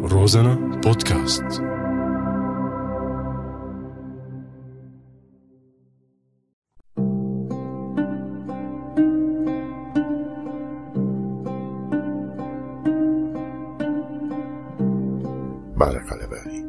روزانا بودكاست. بالك على بالي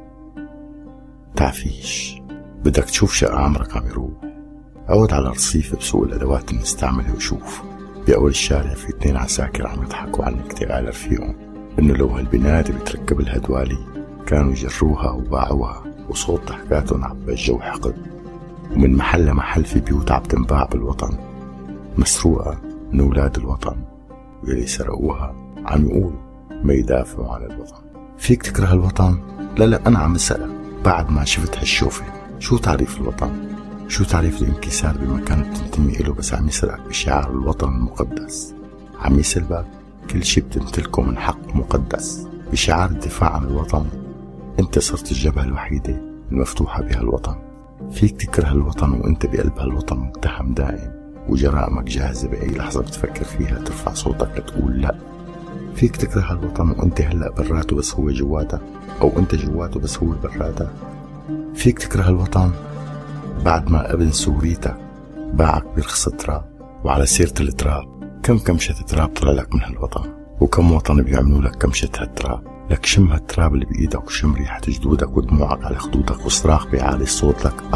تعفيش، بدك تشوف شقة عمرك عم يروح. عود على رصيف بسوق الأدوات المستعملة وشوف بأول الشارع في 2 عساكر عم يضحكوا على النكتة رفيقهم إنه لو هالبنادي بتركب الهدوالي كانوا يجروها وباعوها، وصوت ضحكاتهم عبى الجو حقد. ومن محل لمحل في بيوت عم تنباع بالوطن مسروقة من أولاد الوطن، واللي سرقوها عم يقولوا ما يدافعوا عن الوطن. فيك تكره الوطن؟ لا أنا عم أسألك بعد ما شفت هالشوفة، شو تعريف الوطن؟ شو تعريف الانكسار بمكان بتنتمي إله بس عم يسرقك بشعار الوطن المقدس؟ عم يسلبك كل شي بتمتلكه من حق مقدس بشعار الدفاع عن الوطن. انت صرت الجبهة الوحيدة المفتوحة بهالوطن. فيك تكره الوطن وانت بقلب هالوطن متهم دائم، وجرائمك جاهزة بأي لحظة بتفكر فيها ترفع صوتك لتقول لا. فيك تكره الوطن وانت هلأ براته بس هو جواته، او انت جواته بس هو براته. فيك تكره الوطن بعد ما ابن سوريتك باعك برخص التراب. وعلى سيرة التراب، كم كمشة تراب طلع لك من هالوطن، وكم وطن بيعملوا لك كمشة هالتراب. لك شم هالتراب اللي بإيدك، وشم ريحة جدودك ودموعك على خدودك، وصراخ بيعالي صوت لك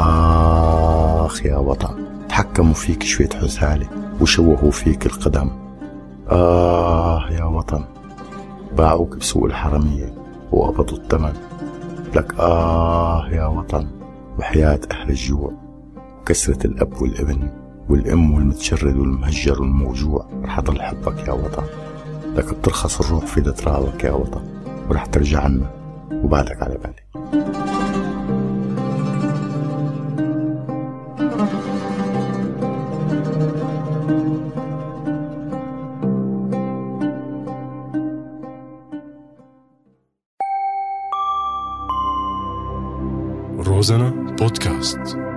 آخ يا وطن. تحكموا فيك شوية حثالة وشوهوا فيك القدم. يا وطن، باعوك بسوق الحرمية وقبضوا الثمن. لك يا وطن، وحياة أهل الجوع وكسرة الأب والابن والأم والمتشرد والمهجر والموجوع رح ضل حبك يا وطن. لك بترخص الروح في ترابك يا وطن، ورح ترجع عنا وبعدك على بالي. روزانا بودكاست.